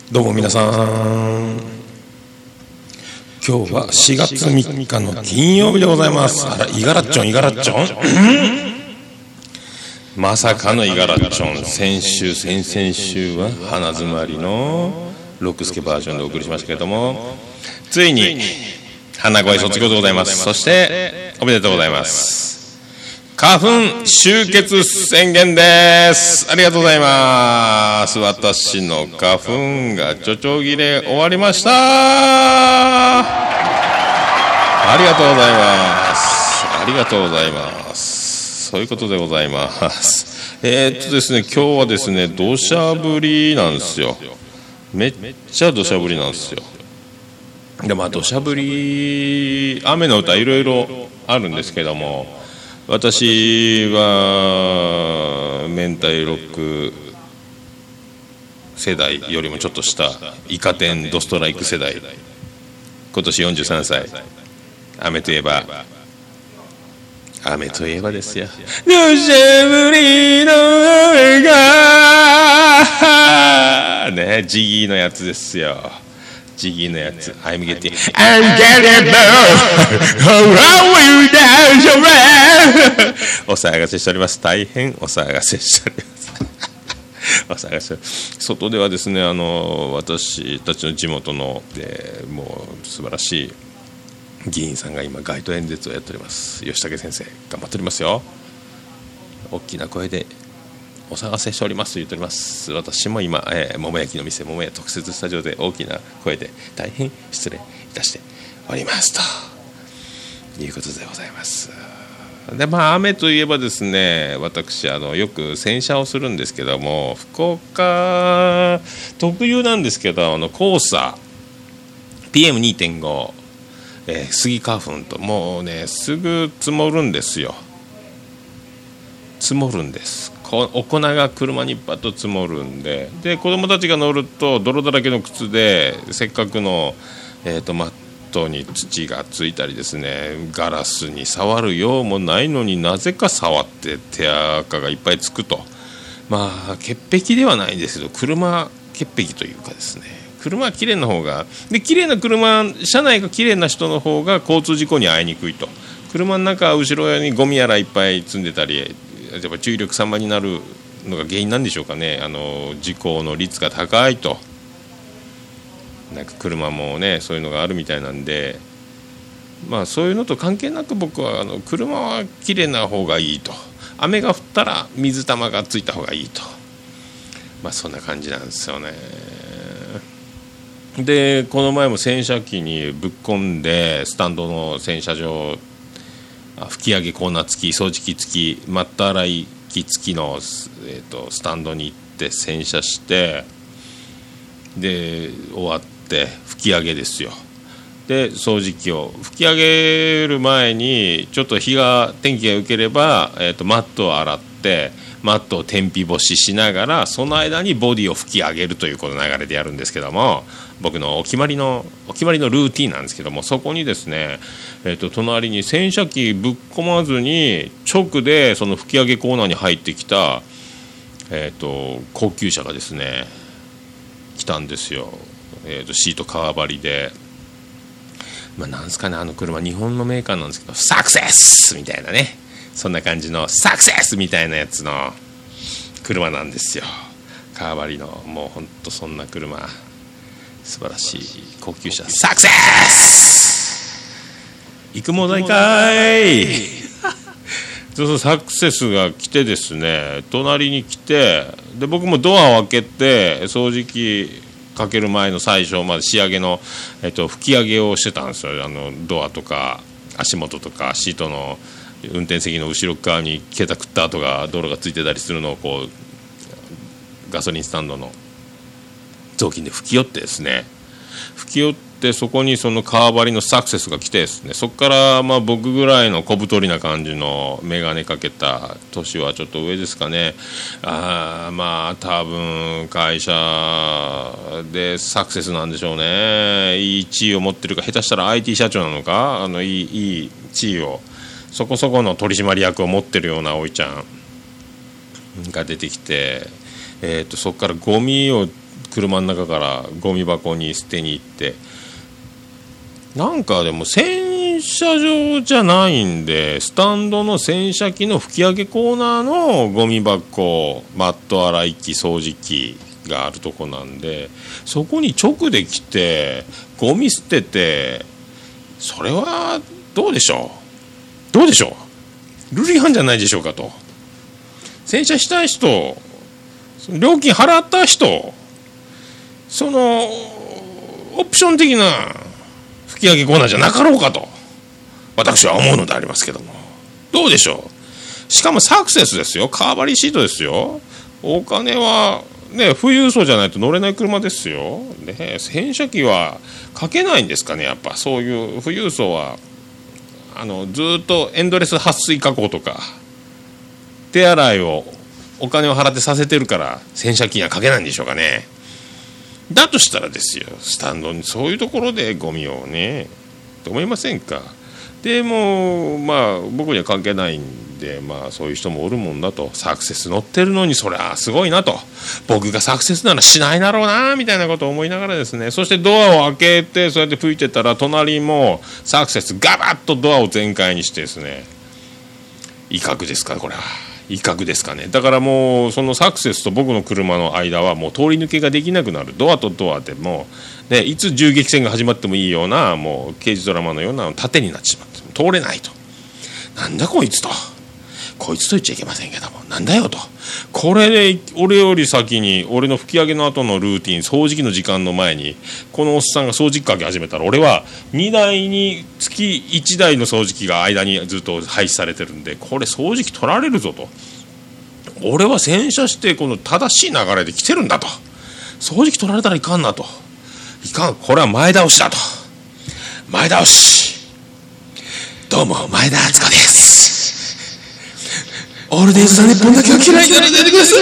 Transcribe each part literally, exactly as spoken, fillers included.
どうも皆さん、今日はしがつみっかの金曜日でございます。あら、イガラッチョンイガラッチョンまさかのイガラッチョン。先週先々週は花詰まりのロックスケバージョンでお送りしましたけれども、ついに花声卒業でございます。そしておめでとうございます。花粉集結宣言です。ありがとうございます。私の花粉がちょちょ切れ終わりました。ありがとうございます。ありがとうございます。そういうことでございます。えー、っとですね今日はですね土砂降りなんですよ。めっちゃ土砂降りなんですよ。でまあ土砂降り雨の歌いろいろあるんですけども、私は明太ロック世代よりもちょっと下イカ天ドストライク世代、今年よんじゅうさんさい。雨といえば雨といえばですよ、土砂降りの雨がね、ジギーのやつですよ。ジギーのやつ I'm getting Ungettableお騒がせしております。大変お騒がせしておりますお騒がせ。外ではですね、あの私たちの地元の、えー、もう素晴らしい議員さんが今街頭演説をやっております。吉武先生頑張っておりますよ。大きな声でお騒がせしておりますと言っております。私も今、えー、桃焼きの店桃屋特設スタジオで大きな声で大変失礼いたしておりますということでございます。でまあ雨といえばですね、私あのよく洗車をするんですけども、福岡特有なんですけど、あの黄砂 ピーエムにてんご、えー、スギ花粉ともうねすぐ積もるんですよ。積もるんです。お粉が車にバッと積もるんで、で子供たちが乗ると泥だらけの靴でせっかくの、えーと、マットに土がついたりですね、ガラスに触るようもないのになぜか触って手垢がいっぱいつくと。まあ潔癖ではないんですけど車潔癖というかですね、車は綺麗な方がで、綺麗な車車内が綺麗な人の方が交通事故に遭いにくいと。車の中後ろにゴミやらいっぱい積んでたり、やっぱ注意力散漫になるのが原因なんでしょうかね。あの事故の率が高いと、なんか車もねそういうのがあるみたいなんで、まあそういうのと関係なく僕はあの車は綺麗な方がいいと、雨が降ったら水玉がついた方がいいと、まあそんな感じなんですよね。でこの前も洗車機にぶっ込んで、スタンドの洗車場吹き上げコーナー付き、掃除機付き、マット洗い機付きの、えーと、スタンドに行って洗車して、で終わって吹き上げですよ。で掃除機を吹き上げる前にちょっと日が天気が良ければ、えーと、マットを洗ってマットを天日干ししながら、その間にボディを吹き上げるというこの流れでやるんですけども、僕のお決まりのお決まりのルーティンなんですけども、そこにですね、えーと、隣に洗車機ぶっ込まずに直でその吹き上げコーナーに入ってきた、えーと、高級車がですね来たんですよ。えーと、シート革張りで、まあ、なんですかね、あの車日本のメーカーなんですけど、サクセスみたいなね、そんな感じのサクセスみたいなやつの車なんですよ。革張りの、もうほんとそんな車、素晴らしい高級車、サクセス育毛剤かいそうそう、サクセスが来てですね、隣に来て、で僕もドアを開けて掃除機かける前の最初まで仕上げの、えっと、吹き上げをしてたんですよ。あのドアとか足元とかシートの運転席の後ろ側に毛たくった跡が泥がついてたりするのをこうガソリンスタンドの雑巾で拭き寄ってですね、拭き寄ってそこにその革張りのサクセスが来てですね、そこからまあ僕ぐらいの小太りな感じの眼鏡かけた、年はちょっと上ですかね、あまあ多分会社でサクセスなんでしょうね。いい地位を持ってるか、下手したら アイティー 社長なのか、あのいい、いい地位をそこそこの取締役を持ってるようなおいちゃんが出てきて、えー、とそこからゴミを車の中からゴミ箱に捨てに行って、なんかでも洗車場じゃないんで、スタンドの洗車機の吹き上げコーナーのゴミ箱、マット洗い機、掃除機があるとこなんで、そこに直で来てゴミ捨てて、それはどうでしょうどうでしょうルール違反じゃないでしょうかと。洗車したい人、料金払った人、そのオプション的な吹き上げコーナーじゃなかろうかと私は思うのでありますけども、どうでしょう。しかもサクセスですよ、カーバリーシートですよ。お金はね、富裕層じゃないと乗れない車ですよ。で洗車機はかけないんですかね。やっぱそういう富裕層はあのずっとエンドレス撥水加工とか手洗いをお金を払ってさせてるから洗車機にはかけないんでしょうかね。だとしたらですよ、スタンドにそういうところでゴミをねと思いませんか。でもまあ僕には関係ないんで、まあそういう人もおるもんだと。サクセス乗ってるのにそれはすごいなと、僕がサクセスならしないだろうなみたいなことを思いながらですね、そしてドアを開けてそうやって吹いてたら、隣もサクセスガバッとドアを全開にしてですね、威嚇ですか、これは威嚇ですかね。だからもうそのサクセスと僕の車の間はもう通り抜けができなくなる。ドアとドアでもう、ね、いつ銃撃戦が始まってもいいような、もう刑事ドラマのような盾になってしまって通れないと。なんだこいつと、こいつと言っちゃいけませんけども、なんだよと。これで俺より先に、俺の吹き上げの後のルーティン、掃除機の時間の前にこのおっさんが掃除機かけ始めたら、俺はにだいにつきいちだいの掃除機が間にずっと配置されてるんで、これ掃除機取られるぞと。俺は洗車してこの正しい流れで来てるんだと。掃除機取られたらいかんなと。いかん、これは前倒しだと。前倒し。どうも前田敦子です。オールデイズの日本だけは嫌いにならないでくださ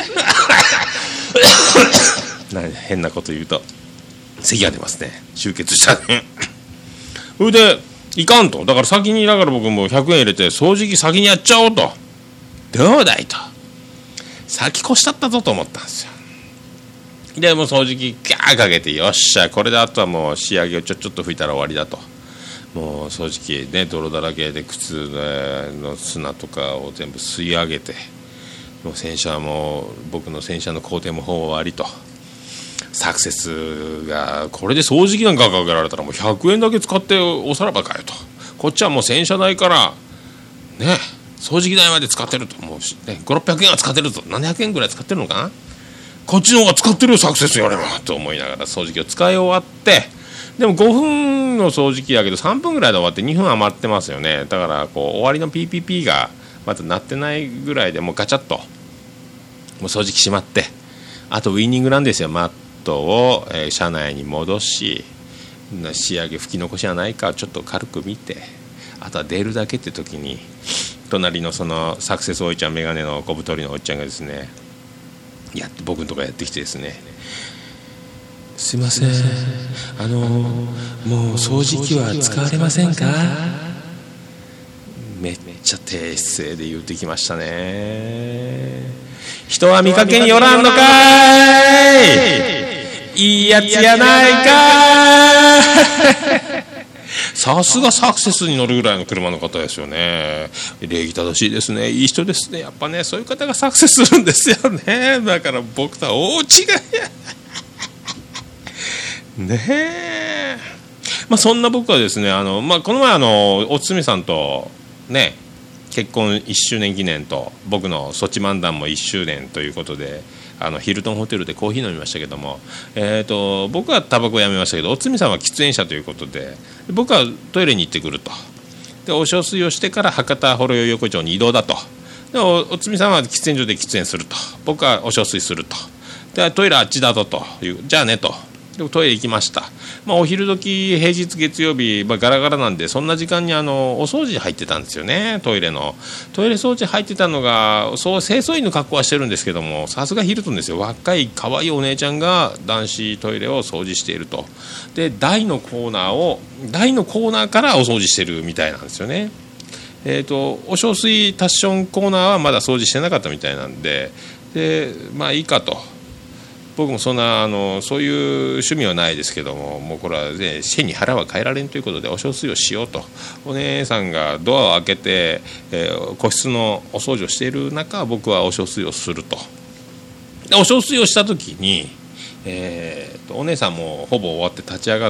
い。変なこと言うと咳が出ますね。集結したね。それでいかんと。だから先に、だから僕もひゃくえん入れて掃除機先にやっちゃおうと。どうだいと、先越したったぞと思ったんですよ。でもう掃除機ガーかけて、よっしゃこれであとはもう仕上げをちょちょっと拭いたら終わりだと。もう掃除機ね、泥だらけで靴の砂とかを全部吸い上げて、もう洗車も僕の洗車の工程もほぼ終わりと。サクセスがこれで掃除機なんかかけられたらもうひゃくえんだけ使っておさらばかよと。こっちはもう洗車代からね、掃除機代まで使ってると、もう、ね、ごひゃくろっぴゃくえんは使ってると、ななひゃくえんぐらい使ってるのかな。こっちの方が使ってるよサクセスよりもと思いながら掃除機を使い終わって、でもごふんの掃除機だけどさんぷんぐらいで終わってにふん余ってますよね。だからこう終わりの ピーピーピー がまだ鳴ってないぐらいでもうガチャッともう掃除機しまって、あとウイニングなんですよ。マットを、えー、車内に戻し、仕上げ拭き残しはないかちょっと軽く見て、あとは出るだけって時に隣のそのサクセスおいちゃん、メガネの小太りのおっちゃんがですね、やって僕のところやってきてですね、すいません、あのもう掃除機は使われませんか。めっちゃ低姿勢で言ってきましたね。人は見かけによらんのかい、いいやつやないかさすがサクセスに乗るぐらいの車の方ですよね。礼儀正しいですね。いい人ですね。やっぱね、そういう方がサクセスするんですよね。だから僕とは大違いやねえ。まあそんな僕はですね、あの、まあ、この前あのおつみさんとね結婚いっしゅうねん記念と僕のソチ漫談もいっしゅうねんということで、あのヒルトンホテルでコーヒー飲みましたけども、えー、と僕はタバコやめましたけど、おつみさんは喫煙者ということで、僕はトイレに行ってくると。でお小水をしてから博多ほろ酔い横丁に移動だと。で お, おつみさんは喫煙所で喫煙すると、僕はお小水すると。でトイレあっちだとという、じゃあねと。でトイレ行きました。まあ、お昼時平日月曜日、まあ、ガラガラなんでそんな時間にあのお掃除入ってたんですよね。トイレのトイレ掃除入ってたのが、そう清掃員の格好はしてるんですけども、さすがヒルトンですよ。若い可愛いお姉ちゃんが男子トイレを掃除していると。で大のコーナーを大のコーナーからお掃除してるみたいなんですよね。えーとお小水タッションコーナーはまだ掃除してなかったみたいなんで、でまあいいかと。 僕もそんなあのそういう趣味はないですけども、もうこれは、ね、背に腹は変えられんということでお小水をしようと、お姉さんがドアを開けて、えー、個室のお掃除をしている中、僕はお小水をすると。でお小水をした時に、えー、とお姉さんもほぼ終わって立ち上がって、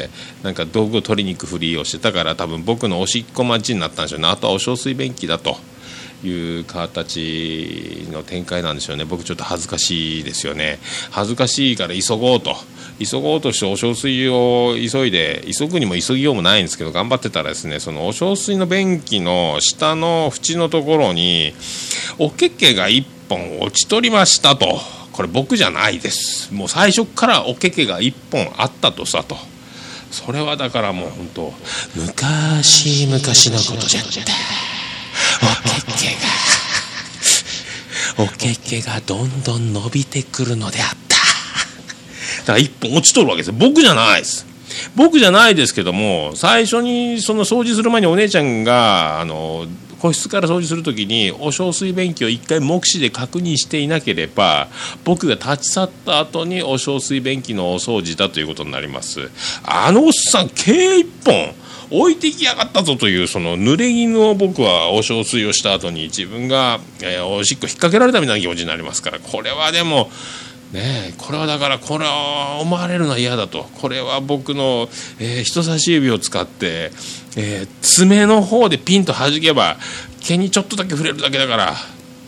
なんか道具を取りに行くふりをしてたから、多分僕のおしっこ待ちになったんでしょうね。あとはお小水便器だという形の展開なんでしょうね。僕ちょっと恥ずかしいですよね。恥ずかしいから急ごうと急ごうとしてお小水を急いで、急ぐにも急ぎようもないんですけど頑張ってたらですね、そのお小水の便器の下の縁のところにおけけがいっぽん落ちとりましたと。これ僕じゃないです。もう最初からおけけがいっぽんあったとさと。それはだからもう本当昔々のことじゃった。おけけがおけけがどんどん伸びてくるのであった。だから一本落ちとるわけですよ。僕じゃないです僕じゃないですけども、最初にその掃除する前にお姉ちゃんがあの個室から掃除するときにお小水便器を一回目視で確認していなければ、僕が立ち去った後にお小水便器のお掃除だということになります。あのおっさん計一本置いてきやがったぞという、その濡れ衣を僕はお小水をした後に自分が、えー、おしっこ引っ掛けられたみたいな気持ちになりますから、これはでもねえ、これはだからこれは思われるのは嫌だと。これは僕の、えー、人差し指を使って、えー、爪の方でピンと弾けば毛にちょっとだけ触れるだけだから、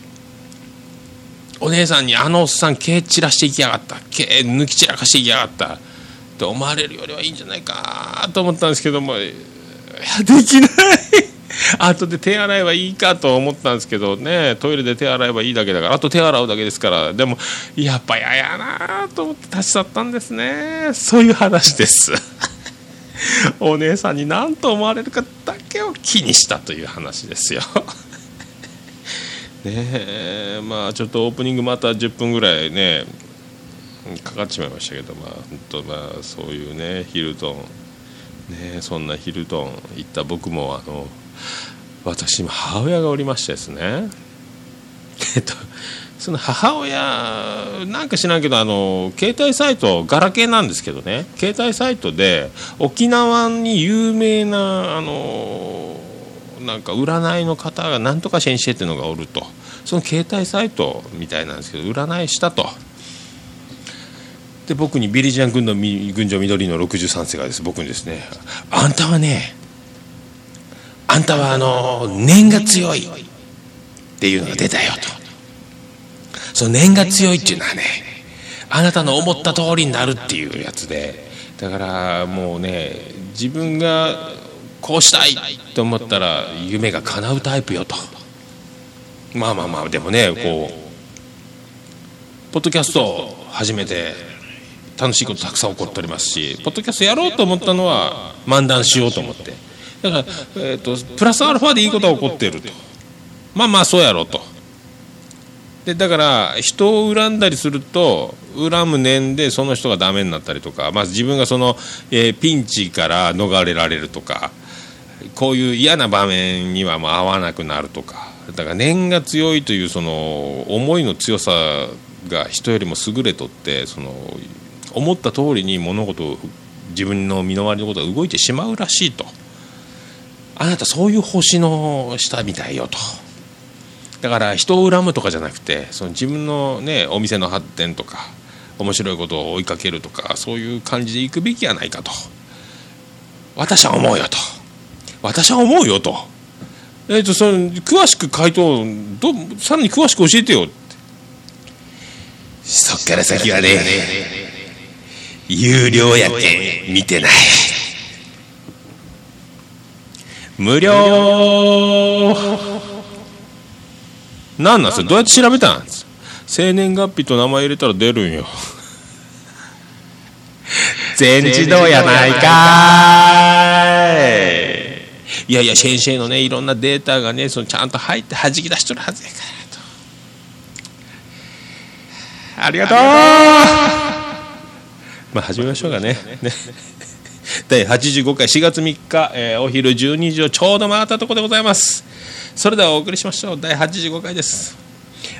お姉さんにあのおっさん毛散らしていきやがった、毛抜き散らかしていきやがったと思われるよりはいいんじゃないかと思ったんですけども、いやできない後で手洗えばいいかと思ったんですけどね、トイレで手洗えばいいだけだから、あと手洗うだけですから。でもやっぱ嫌やなと思って立ち去ったんですね。そういう話ですお姉さんに何と思われるかだけを気にしたという話ですよねえ、まあちょっとオープニングまたじゅっぷんぐらいねかかってしまいましたけど、まあ本当まあそういうねヒルトンね、そんなヒルトン行った僕もあの私今母親がおりましてですねえっとその母親なんか知らんけど、あの携帯サイトガラケーなんですけどね、携帯サイトで沖縄に有名なあのなんか占いの方がなんとか先生っていうのがおると、その携帯サイトみたいなんですけど占いしたと。で僕にビリジアン軍の群青緑のろくじゅうさん世がです僕にですね、あんたはねあんたはあの念が強いっていうのが出たよと。その念が強いっていうのはね、あなたの思った通りになるっていうやつで、だからもうね自分がこうしたいと思ったら夢が叶うタイプよと。まあまあまあでもね、こうポッドキャストを始めて楽しいことたくさん起こっておりますし、ポッドキャストやろうと思ったのは漫談しようと思って、だから、えーと、プラスアルファでいいことが起こっていると。まあまあそうやろうと。でだから人を恨んだりすると恨む念でその人がダメになったりとか、まず自分がその、えー、ピンチから逃れられるとか、こういう嫌な場面にはもう合わなくなるとか、だから念が強いというその思いの強さが人よりも優れとって、その思った通りに物事を自分の身の回りのことが動いてしまうらしいと。あなたそういう星の下みたいよと。だから人を恨むとかじゃなくて、その自分のねお店の発展とか面白いことを追いかけるとか、そういう感じでいくべきやないかと私は思うよと。私は思うよと。えっとその詳しく回答どさらに詳しく教えてよって。そっから先はね有料やけん見てない、無料なんなんすよ。どうやって調べたん？生年月日と名前入れたら出るんよ全自動やないかい。いやいや先生のねいろんなデータがねそのちゃんと入って弾き出しとるはずやからと。ありがとうまあ始めましょうかねねだいはちじゅうごかいしがつみっか、えー、お昼じゅうにじをちょうど回ったところでございます。それではお送りしましょう。だいはちじゅうごかいです。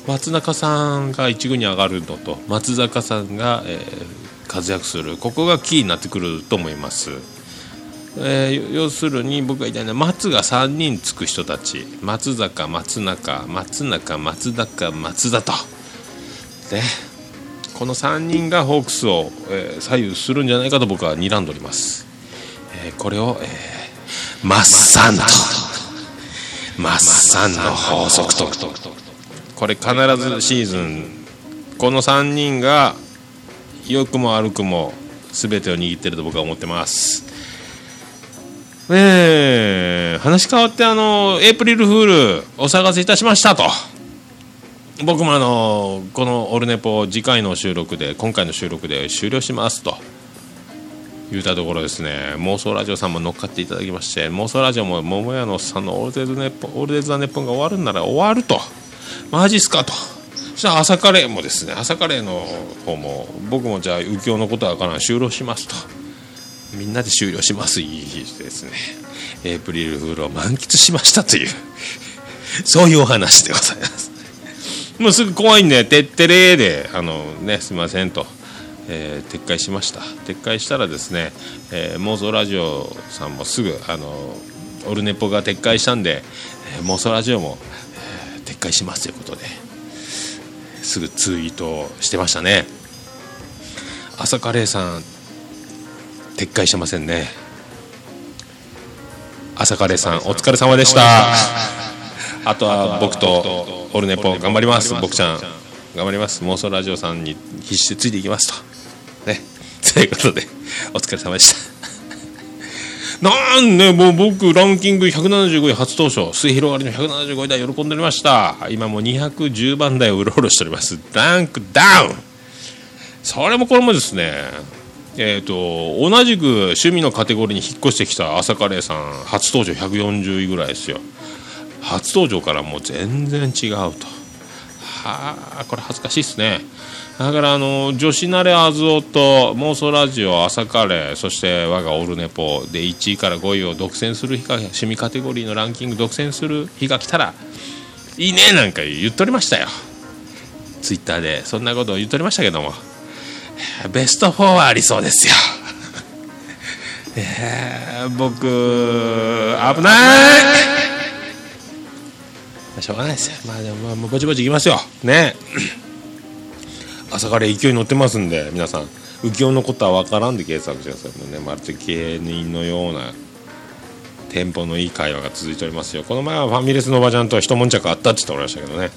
松中さんが一軍に上がるのと松坂さんが、えー、活躍する、ここがキーになってくると思います。えー、要するに僕が言いたいのは松がさんにんつく人たち、松坂、松中、松中、松高、松田と、ね、このさんにんがホークスを、えー、左右するんじゃないかと僕は睨んでおります。えー、これを、えー、マッサンとマッサンの法則と、これ必ずシーズンこのさんにんが良くも悪くも全てを握っていると僕は思ってます。えー、話変わってあのエイプリルフールお探せいたしましたと、僕もあのこのオルネポ次回の収録で今回の収録で終了しますと言ったところですね、妄想ラジオさんも乗っかっていただきまして、妄想ラジオも桃屋のさんのオールデイズネッポンオールデイズ・ザ・ネッポンが終わるんなら終わると、マジっすかと。そしたら朝カレーもですね、朝カレーの方も僕もじゃあ右京のことは分からん終了しますと、みんなで終了しますいい日ですね、エイプリルフールを満喫しましたというそういうお話でございます。もうすぐ怖いんでてってれーであのねすいませんと、えー、撤回しました。撤回したらですね、えー、妄想ラジオさんもすぐあのオルネポが撤回したんで、えー、妄想ラジオも、えー、撤回しますということですぐツイートしてましたね。朝カレーさん撤回してませんね。朝カレーさんお疲れ様でした。あとは僕とオルネポ頑張ります。僕ちゃん頑張ります。妄想ラジオさんに必死でついていきますとね、ということでお疲れ様でしたなんねもう僕ランキングひゃくななじゅうごい初登場、末広がりのひゃくななじゅうごい台喜んでおりました。今もうにひゃくじゅうばん台をうろうろしております。ランクダウン。それもこれもですね、えーと同じく趣味のカテゴリーに引っ越してきた朝カレーさん初登場ひゃくよんじゅういぐらいですよ。初登場からもう全然違うと、はあこれ恥ずかしいっすね。だからあの女子慣れあずおと妄想ラジオ朝カレーそして我がオルネポでいちいからごいを独占する日が、趣味カテゴリーのランキング独占する日が来たらいいねなんか言っとりましたよ。ツイッターでそんなことを言っとりましたけども、ベストよんはありそうですよえー、僕危ないしょうがないですよ。まあでもまあぼちぼちいきますよね。朝カレー勢い乗ってますんで皆さん右京のことは分からんで検索してください。もうねまるで芸人のようなテンポのいい会話が続いておりますよ。この前はファミレスのおばちゃんと一悶着あったって言っておりましたけどね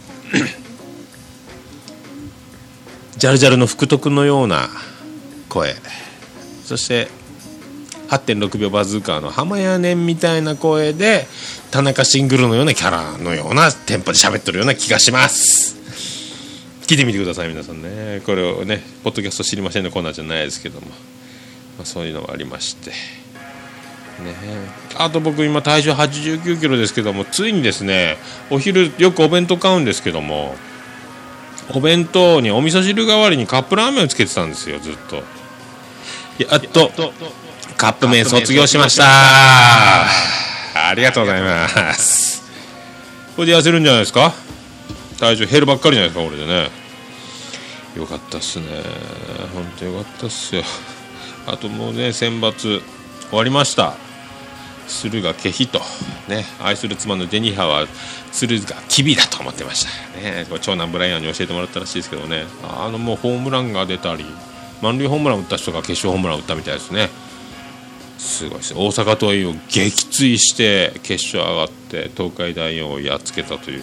ジャルジャルの福徳のような声、そして はってんろくびょうバズーカーの浜屋根みたいな声で田中シングルのようなキャラのようなテンポで喋ってるような気がします。聞いてみてください皆さんね。これをねポッドキャスト知りませんのコーナーじゃないですけども、まあ、そういうのもありましてね。あと僕今体重はちじゅうきゅうキロですけども、ついにですねお昼よくお弁当買うんですけども、お弁当にお味噌汁代わりにカップラーメンをつけてたんですよずっと。やっとカップ麺卒業しました。ありがとうございます。これで痩せるんじゃないですか。体重減るばっかりじゃないですかこれでね。よかったっすね、本当よかったっすよ。あともうね選抜終わりました。鶴がケヒとね、愛する妻のジェニファーは鶴がキビだと思ってましたね。これ長男ブライアンに教えてもらったらしいですけどね、あのもうホームランが出たり満塁ホームラン打った人が決勝ホームラン打ったみたいですね。すごいです。大阪桐蔭を撃墜して決勝上がって東海大王をやっつけたという、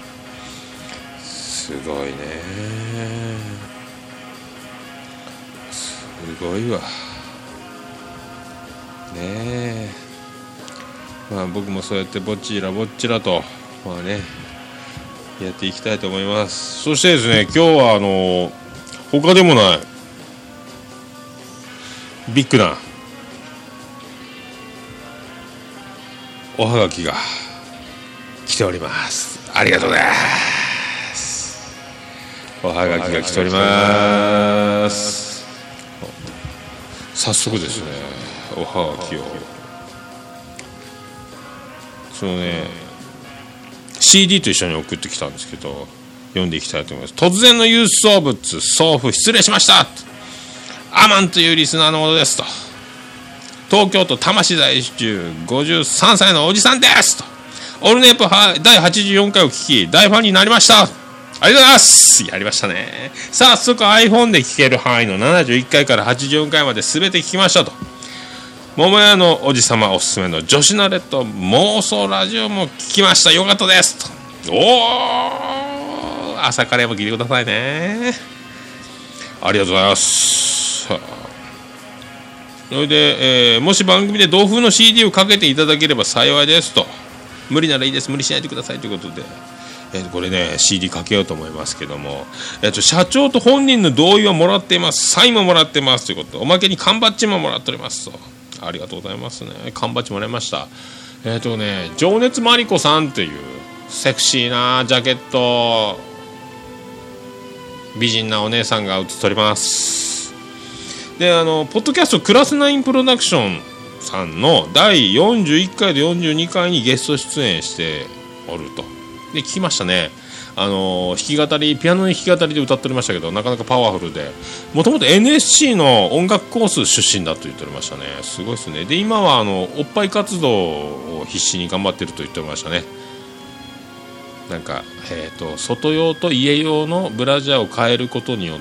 すごいね、すごいわねえ。まあ僕もそうやってぼっちらぼっちらとまあねやっていきたいと思います。そしてですね今日はあの他でもないビッグなおはがきが来ております。ありがとうございます。おはがきが来ております。早速ですねおはがきをそのね シーディー と一緒に送ってきたんですけど、 読んでいきたいと思います。突然の郵送物送付失礼しました。アマンというリスナーのものですと。東京都多摩市在住ごじゅうさんさいのおじさんですと。オルネポだいはちじゅうよんかいを聞き大ファンになりました。ありがとうございます。やりましたね。早速 iPhone で聞ける範囲のななじゅういっかいからはちじゅうよんかいまで全て聞きましたと。桃屋のおじさまおすすめの女子ナレと妄想ラジオも聞きました。よかったですと。おー、朝カレーも聞いてくださいね。ありがとうございます。それで、えー、もし番組で同封の シーディー をかけていただければ幸いですと。無理ならいいです、無理しないでくださいということで、えー、これね シーディー かけようと思いますけども、えー、と社長と本人の同意はもらっています。サインももらってますということで、おまけに缶バッジももらっておりますと。ありがとうございますね。缶バッジもらいました。えっ、ー、とね情熱マリコさんというセクシーなジャケット美人なお姉さんが写っております。で、あのポッドキャストクラスナインプロダクションさんのだいよんじゅういっかいとよんじゅうにかいにゲスト出演しておると。で聞きましたね。あの弾き語りピアノの弾き語りで歌っておりましたけど、なかなかパワフルで、もともと エヌエスシー の音楽コース出身だと言っておりましたね。すごいですね。で今はあのおっぱい活動を必死に頑張っていると言っておりましたね。なんか、えーと、外用と家用のブラジャーを変えることによって、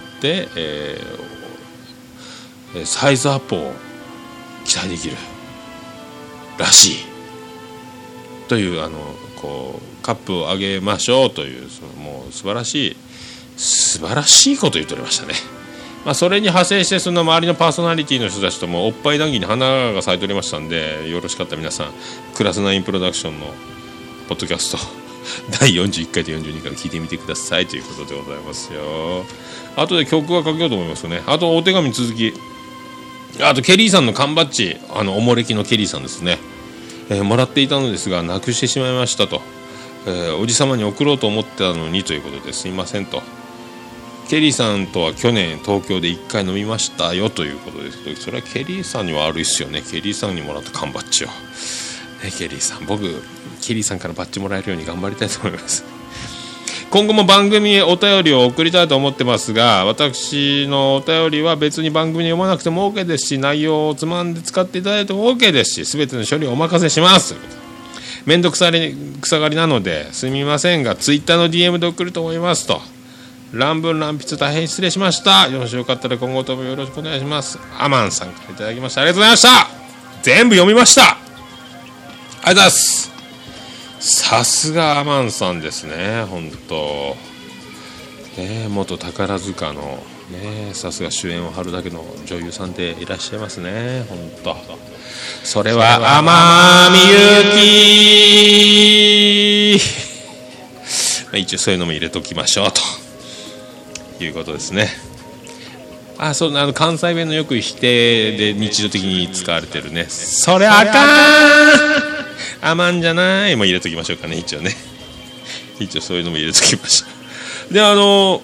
えー、サイズアップを期待できるらしいという、あのこうカップを上げましょうという、そのもう素晴らしい素晴らしいことを言っておりましたね。まあ、それに派生してその周りのパーソナリティの人たちともおっぱい談義に花が咲いておりましたんで、よろしかったら皆さんクラスナインプロダクションのポッドキャストだいよんじゅういっかいとよんじゅうにかい聞いてみてくださいということでございますよ。あとで曲はかけようと思いますよね。あとお手紙続き、あとケリーさんの缶バッジ、あのおもれきのケリーさんですね、えー、もらっていたのですがなくしてしまいましたと、えー、おじさまに送ろうと思ってたのにということですいませんと。ケリーさんとは去年東京でいっかい飲みましたよということですけど、それはケリーさんには悪いっすよね。ケリーさんにもらった缶バッジを、ね、ケリーさん、僕ケリーさんからバッジもらえるように頑張りたいと思います。今後も番組へお便りを送りたいと思ってますが、私のお便りは別に番組に読まなくても OK ですし、内容をつまんで使っていただいても OK ですし、全ての処理をお任せします。めんどくさり草刈りなのですみませんが、ツイッターの ディーエム で送ると思いますと。乱文乱筆大変失礼しました。よろしよかったら今後ともよろしくお願いします。アマンさんからいただきました。ありがとうございました。全部読みました。ありがとうございます。さすがアマンさんですね。本当ね、元宝塚のね、さすが主演を張るだけの女優さんでいらっしゃいますね。本当それは天海祐希一応そういうのも入れときましょうということですね。あ、そう、あの関西弁のよく否定で日常的に使われてるね、それあかんアマンじゃないも入れときましょうかね。一応ね一応そういうのも入れときましょう。で、あの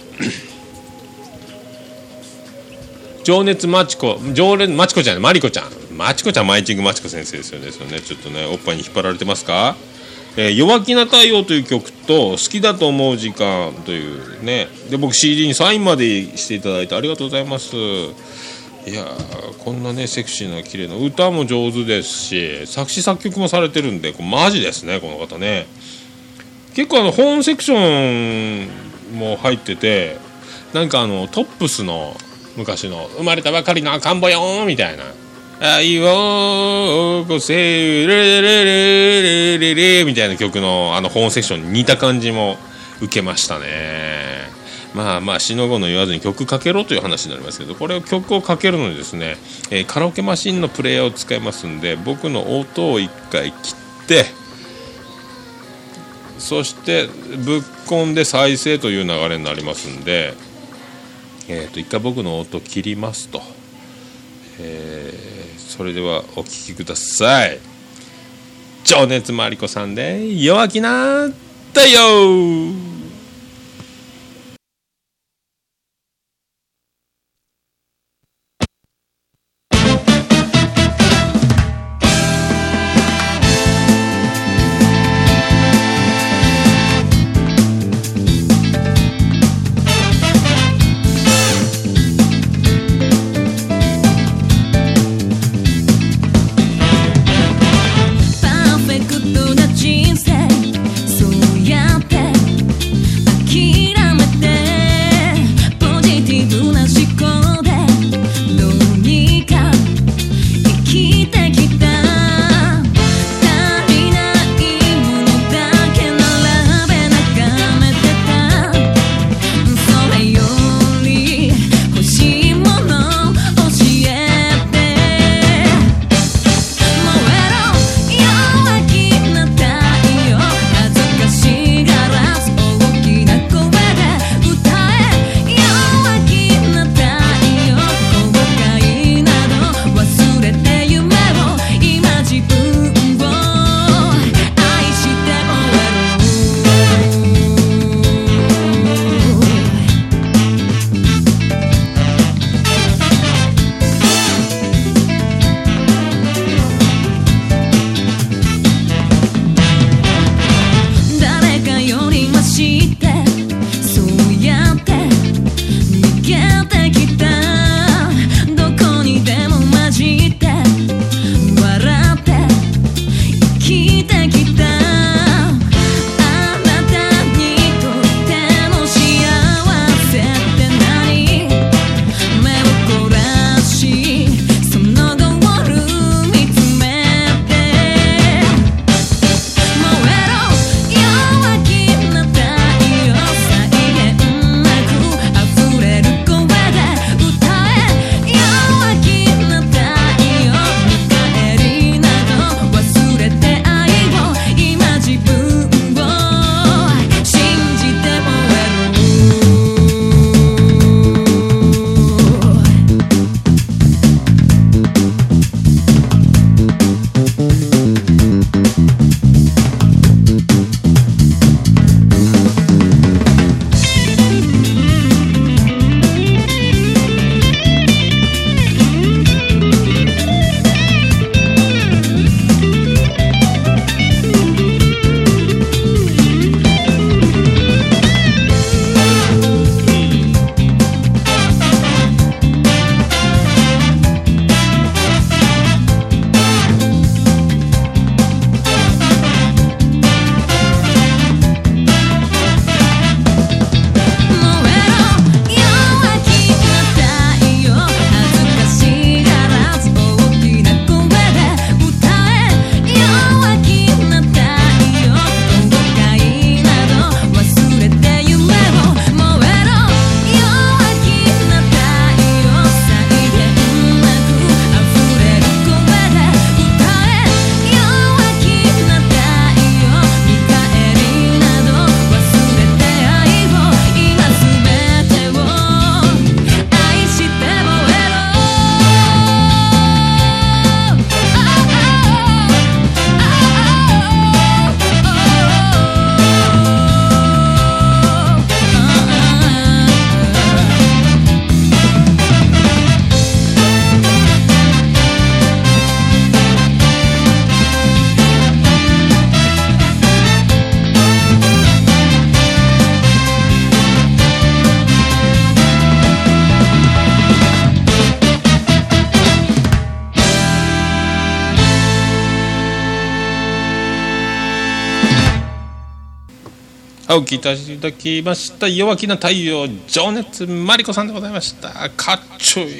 情熱マチコ情熱マチコちゃんマリコちゃんマチコちゃんマイチングマチコ先生ですよね。ですよね。ちょっとねおっぱいに引っ張られてますか。えー、弱気な太陽という曲と好きだと思う時間というね、で僕 シーディー にサインまでしていただいてありがとうございます。いやこんなねセクシーな綺麗な歌も上手ですし、作詞作曲もされてるんでこれマジですねこの方ね。結構あの本セクションも入ってて、なんかあのトップスの昔の生まれたばかりの赤ん坊よーみたいな、愛をこせレレレレレレみたいな曲のあの本セクションに似た感じも受けましたね。まあまあしのごの言わずに曲かけろという話になりますけど、これを曲をかけるのにですね、えー、カラオケマシンのプレイヤーを使いますんで、僕の音を一回切ってそしてぶっ込んで再生という流れになりますんで、えー、と一回僕の音切りますと、えー、それではお聴きください。情熱マリコさんで弱気な太陽。 お聞きいただきました弱気な太陽情熱マリコさんでございました。かっちょいい。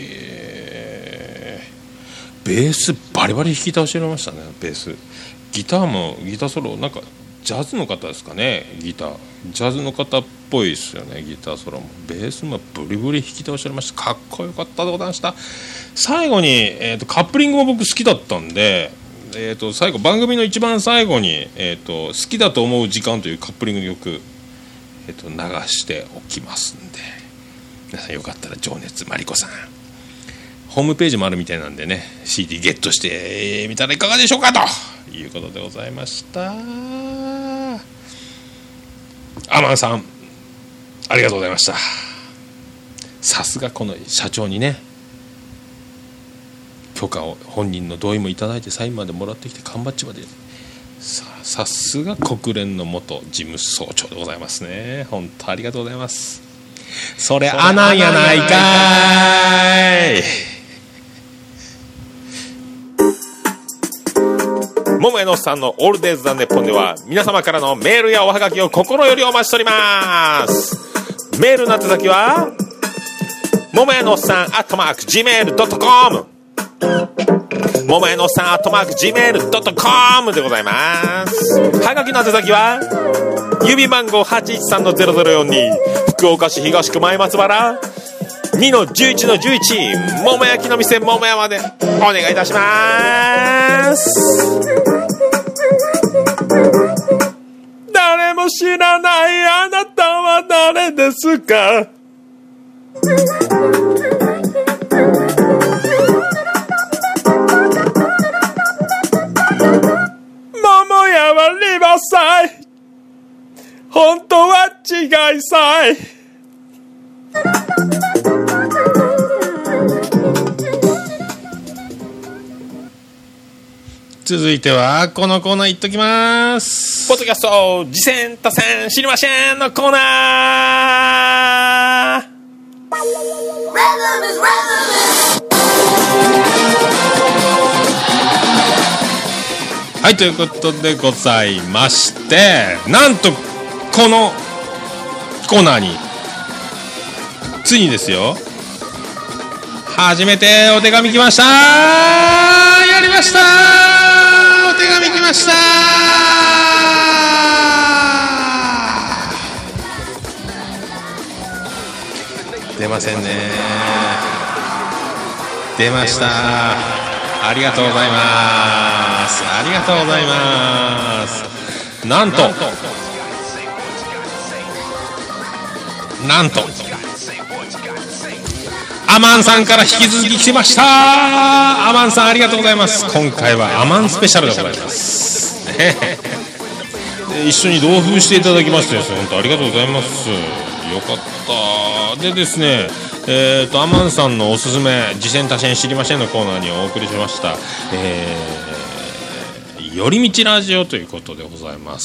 ベースバリバリ弾き倒してましたね。ベースギターもギターソロなんかジャズの方ですかね。ギタージャズの方っぽいですよね。ギターソロもベースもブリブリ弾き倒してました。かっこよかったでございました。最後に、えーと、カップリングも僕好きだったんで、えーと、最後番組の一番最後に、えーと、好きだと思う時間というカップリング曲、えーと、流しておきますんで、皆さんよかったら情熱マリコさんホームページもあるみたいなんでね シーディー ゲットしてみたらいかがでしょうかということでございました。アマンさんありがとうございました。さすがこの社長にね許可を本人の同意もいただいてサインまでもらってきて缶バッジまで さ, さすが国連の元事務総長でございますね。本当ありがとうございます。それアナンやないかい。桃屋のおっさんのオールデイズ・ザ・ネッポンでは皆様からのメールやおはがきを心よりお待ちしております。メールの宛先は桃屋のおっさんアットマーク ジーメールドットコム 桃屋のおっさんアットマーク ジーメールドットコム でございます。はがきの宛先は郵便番号 はちいちさんのゼロゼロよんに 福岡市東区前松原 にのじゅういちのじゅういち 桃焼きの店桃屋までお願いいたします。誰も知らないあなたは誰ですか。桃屋はリバーサイ本当は違いさい。続いてはこのコーナーいっときます。ポッドキャスト次戦多戦知りませんのコーナー。はいということでございまして、なんとこのコーナーについにですよ初めてお手紙来ました。やりました。お手紙来ました。出ませんね。出ました。ありがとうございます。ありがとうございます。なんとなんとアマンさんから引き続き来てました。アマンさんありがとうございます。今回はアマンスペシャルでございます、ね、で一緒に同封していただきましてですね、本当ありがとうございます。よかったでですね、えーとアマンさんのおすすめ次戦多戦知りませんのコーナーにお送りしました、えー、寄り道ラジオということでございます。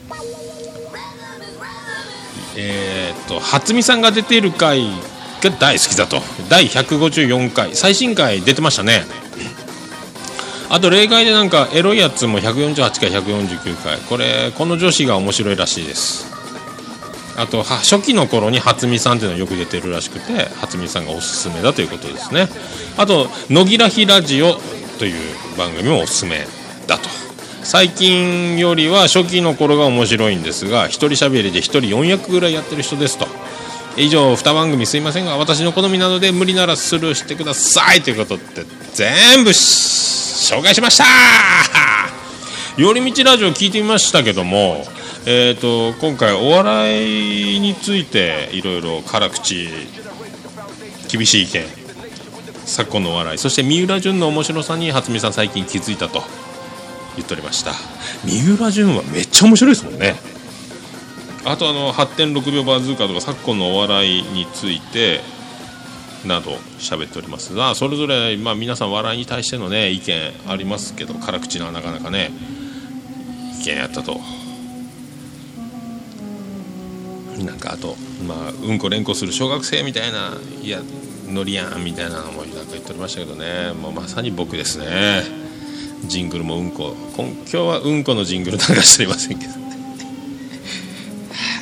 えーと初見さんが出ている回が大好きだとだいひゃくごじゅうよんかい最新回出てましたね。あと例外でなんかエロいやつもひゃくよんじゅうはちかいひゃくよんじゅうきゅうかい、これこの女子が面白いらしいです。あと初期の頃に初見さんっていうのがよく出てるらしくて初見さんがおすすめだということですね。あと野木らひラジオという番組もおすすめだと。最近よりは初期の頃が面白いんですが一人喋りで一人よんやくぐらいやってる人ですと。以上に番組すいませんが私の好みなので無理ならスルーしてくださいということで全部紹介しました。寄り道ラジオ聞いてみましたけども、えーと今回お笑いについていろいろ辛口厳しい意見昨今のお笑いそして三浦淳の面白さに初見さん最近気づいたと言っておりました。三浦淳はめっちゃ面白いですもんね。あとあの はってんろくびょうバズーカとか昨今のお笑いについてなど喋っておりますが、それぞれ、まあ、皆さん笑いに対しての、ね、意見ありますけど辛口ななかなかね意見やったと。なんかあと、まあ、うんこ連呼する小学生みたいないやノリやんみたいなのもなんか言っておりましたけどね、もうまさに僕ですね。ジングルもうんこ今日はうんこのジングル流しておりませんけどね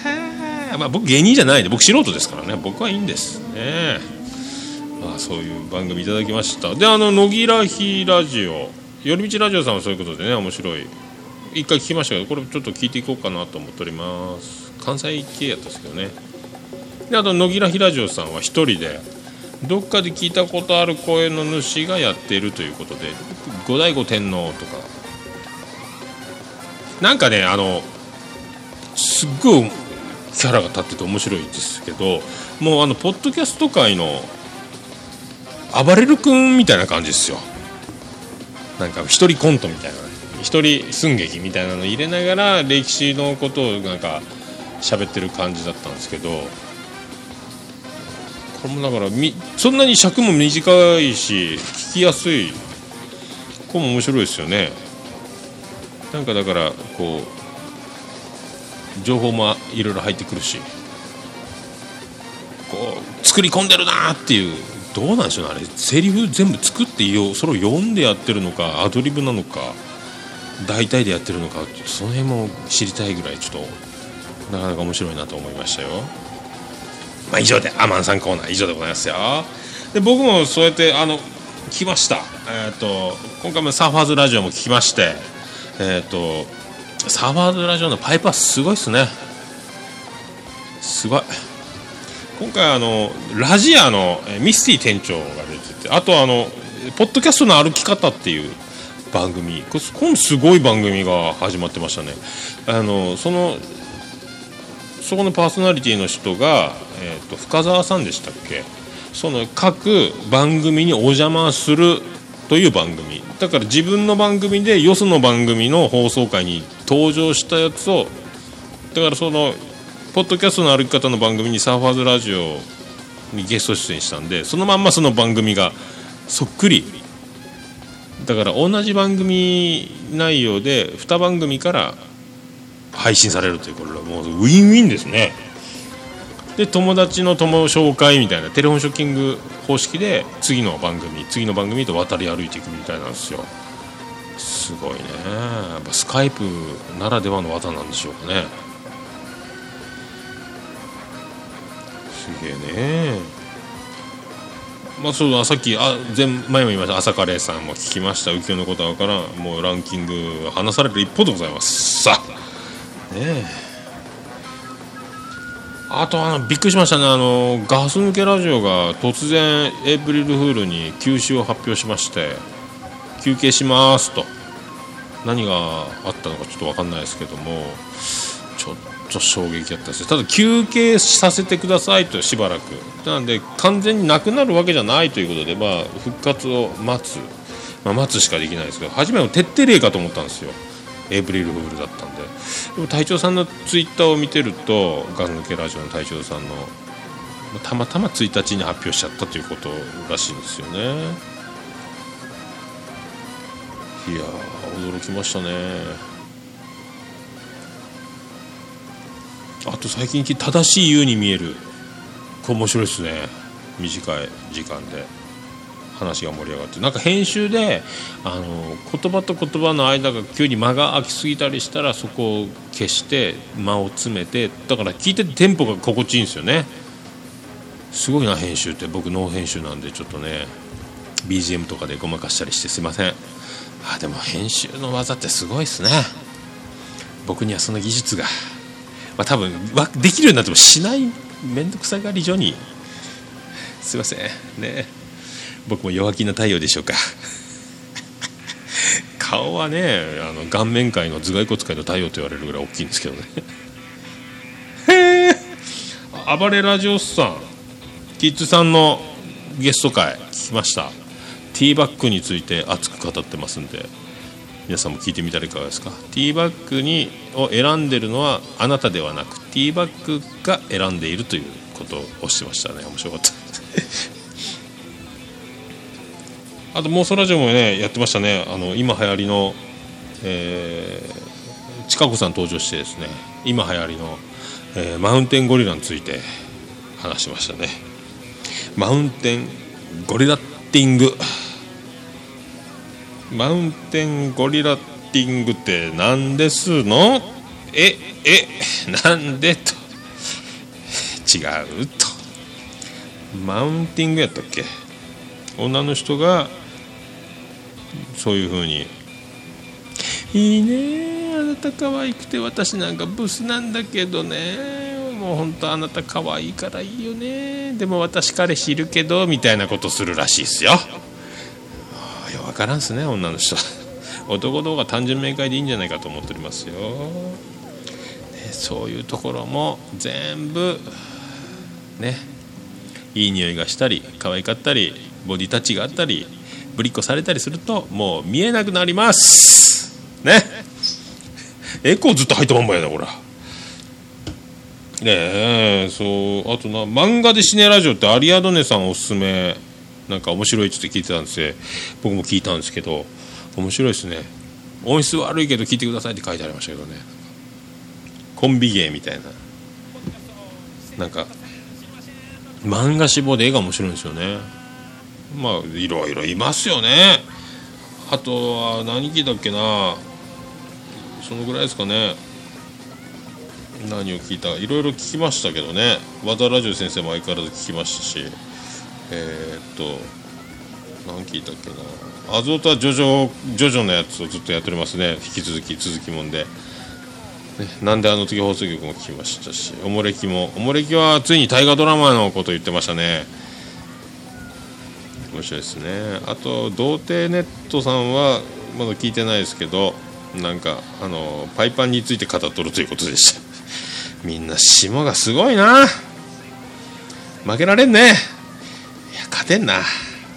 まあ、僕芸人じゃないんで、僕素人ですからね、僕はいいんですね。まあ、そういう番組いただきました。で、あの野木らひラジオ、寄り道ラジオさんはそういうことでね、面白い、一回聞きましたけど、これちょっと聞いていこうかなと思っております。関西系やったんですけどね。で、あと野木らひラジオさんは一人でどっかで聞いたことある声の主がやっているということで、後醍醐天皇とかなんかね、あのすっごいキャラが立ってて面白いですけど、もうあのポッドキャスト界の暴れる君みたいな感じですよ。なんか一人コントみたいな、一人寸劇みたいなの入れながら歴史のことをなんか喋ってる感じだったんですけど、これもだからみそんなに尺も短いし聞きやすい、これも面白いですよね。なんかだからこう情報もいろいろ入ってくるし、こう作り込んでるなっていう、どうなんでしょうね、あれセリフ全部作ってよ、それを読んでやってるのかアドリブなのか大体でやってるのか、その辺も知りたいぐらい、ちょっとなかなか面白いなと思いましたよ。まあ以上でアマンさんコーナー以上でございますよ。で、僕もそうやってあの聞きました。えっと今回もサーファーズラジオも聞きまして、えっとサーファーズラジオのパイプはすごいですね。すごい。今回あのラジアのミスティ店長が出てて、あとあのポッドキャストの歩き方っていう番組、これもすごい番組が始まってましたね。あのそのそこのパーソナリティの人が、えーと、深澤さんでしたっけ、その各番組にお邪魔するという番組だから、自分の番組でよその番組の放送回に登場したやつを、だからそのポッドキャストの歩き方の番組にサーファーズラジオにゲスト出演したんで、そのまんまその番組がそっくりだから、同じ番組内容でに番組から配信されるという、これはもうウィンウィンですね。で、友達の友紹介みたいなテレフォンショッキング方式で次の番組次の番組と渡り歩いていくみたいなんですよ。すごいね。やっぱスカイプならではの技なんでしょうかね。すげえね。まあ、そうだ、さっきあ前前も言いました朝カレーさんも聞きました。浮世のことからもうランキング話される一方でございます。さあねえ、あとあのびっくりしましたね。あのガス抜けラジオが突然エイプリルフールに休止を発表しまして、休憩しますと、何があったのかちょっと分かんないですけども、ちょっと衝撃だったです。ただ休憩させてくださいと、しばらくなんで完全になくなるわけじゃないということで、まあ、復活を待つ、まあ、待つしかできないですけど、初めは徹底例かと思ったんですよ。エイプリルフールだったんで。でも隊長さんのツイッターを見てると、ガス抜けラジオの隊長さんのたまたまついたちに発表しちゃったということらしいんですよね。いやー驚きましたね。あと最近正しい言うに見える、これ面白いですね。短い時間で話が盛り上がって、なんか編集であの言葉と言葉の間が急に間が空きすぎたりしたら、そこを消して間を詰めて、だから聞いててテンポが心地いいんですよね。すごいな編集って。僕ノー編集なんでちょっとね ビージーエム とかでごまかしたりしてすいません。あでも編集の技ってすごいですね。僕にはその技術が、まあ、多分できるようになってもしない、めんどくさがり女にすいませんね。僕も弱気な太陽でしょうか顔はね、あの顔面界の頭蓋骨界の太陽と言われるぐらい大きいんですけどねへー、暴れラジオスさんキッズさんのゲスト会聞きました。ティーバッグについて熱く語ってますんで、皆さんも聞いてみたらいかがですか。ティーバッグにを選んでるのはあなたではなく、ティーバッグが選んでいるということをおっしゃいましたね。面白かったあと妄想ラジオもねやってましたね。あの今流行りの、えー、ちかこさん登場してですね、今流行りの、えー、マウンテンゴリラについて話しましたね。マウンテンゴリラッティング、マウンテンゴリラッティングって何ですの？ええなんでと違うと。マウンティングやったっけ、女の人がそういう風に、いいねあなた可愛くて私なんかブスなんだけどね、もう本当あなた可愛いからいいよね、でも私彼氏いるけどみたいなことするらしいですよ。いや分からんすね女の人男の方が単純明快でいいんじゃないかと思っておりますよ、ね、そういうところも全部ね、いい匂いがしたり可愛かったりボディタッチがあったりぶりっこされたりするともう見えなくなりますね。エコーずっと入ったまんまやなこれねえ。そうあとな、漫画でシネラジオってアリアドネさんおすすめなんか面白いっつって聞いてたんですよ。僕も聞いたんですけど面白いですね。音質悪いけど聞いてくださいって書いてありましたけどね、コンビ芸みたいな、なんか漫画志望で絵が面白いんですよね。まあいろいろいますよね。あとは何聞いたっけな、そのぐらいですかね。何を聞いた、いろいろ聞きましたけどね。和田ラジオ先生も相変わらず聞きましたし、えー、っと何聞いたっけな、アゾータジョジョジョジョのやつをずっとやっておりますね。引き続き続きもんで、ね、なんであの時放送局も聞きましたし、おもれきもおもれきはついに大河ドラマのこと言ってましたね。面白いですね。あと童貞ネットさんはまだ聞いてないですけど、なんかあのパイパンについて語っとるということでした。みんな霜がすごいな、負けられんね。いや勝てんな、ね、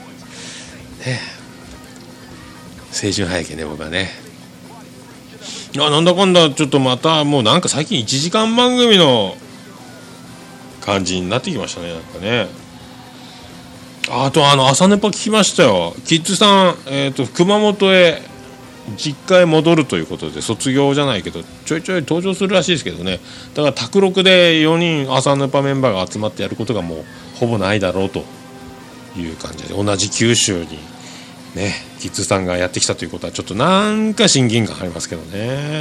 青春早けね僕はね。あなんだかんだちょっとまたもうなんか最近いちじかん番組の感じになってきましたね。なんかね、あとあの朝ネパ聞きましたよ。キッズさん、えーと熊本へ実家へ戻るということで卒業じゃないけどちょいちょい登場するらしいですけどね。だから宅録でよにん朝ネパメンバーが集まってやることがもうほぼないだろうという感じで、同じ九州にねキッズさんがやってきたということはちょっとなんか親近感ありますけどね。いや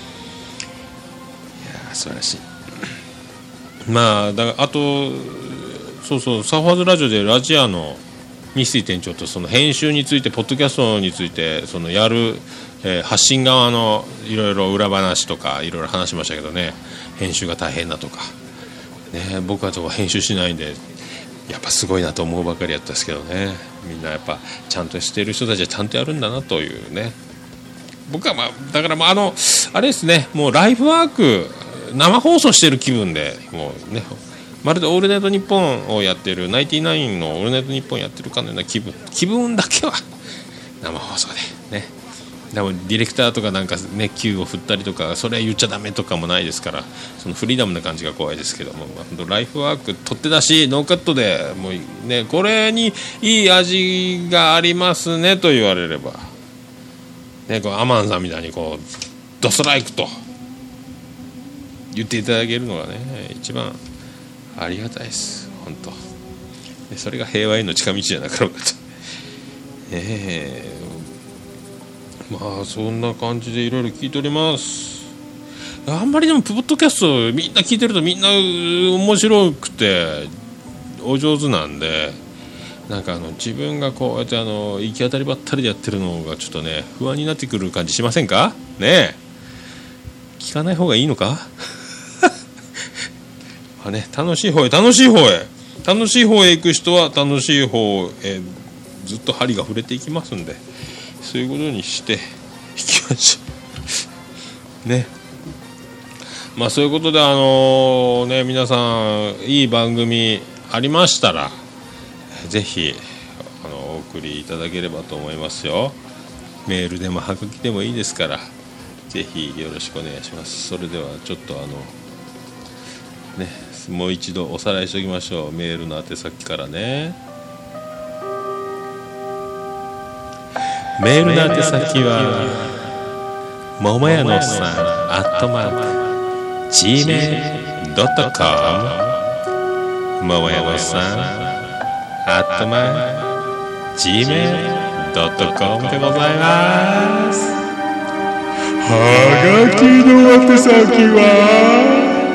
素晴らしい。まあだからあとそうそうサファーズラジオでラジアの日水店長とその編集についてポッドキャストについてそのやる、えー、発信側のいろいろ裏話とかいろいろ話しましたけどね、編集が大変だとか、ね、僕はと編集しないんでやっぱすごいなと思うばかりやったんですけどね。みんなやっぱちゃんとしている人たちはちゃんとやるんだなというね。僕はまあだからまああのあれですね、もうライフワーク生放送してる気分でもうね、まるでオールナイトニッポンをやってるナインティナインのオールナイトニッポンやってるかのような気分気分だけは生放送でね。でもディレクターとかなんかね Q を振ったりとかそれは言っちゃダメとかもないですから、そのフリーダムな感じが怖いですけども、まあ、ライフワーク取って出しノーカットでもうねこれにいい味がありますねと言われればね、こうアマンさんみたいにこうドストライクと言っていただけるのがね一番ありがたいです本当。それが平和への近道じゃなかろうかと。えー、まあそんな感じでいろいろ聞いております。あんまりでもポッドキャストみんな聞いてるとみんな面白くてお上手なんで、なんかあの自分がこうやってあの行き当たりばったりでやってるのがちょっとね不安になってくる感じしませんかね。聞かない方がいいのかまあね、楽しい方へ楽しい方へ楽しい方へ行く人は楽しい方へずっと針が触れていきますんで、そういうことにしていきましょうね。まあそういうことであのー、ね皆さんいい番組ありましたらぜひあのお送りいただければと思いますよ。メールでもはがきでもいいですからぜひよろしくお願いします。それではちょっとあのねもう一度おさらいしておきましょう。メールの宛先からね。メールの宛先は桃屋のさんアットマーク ジーメールドットコム 桃屋のさんアットマーク ジーメールドットコム でございます。はがきの宛先は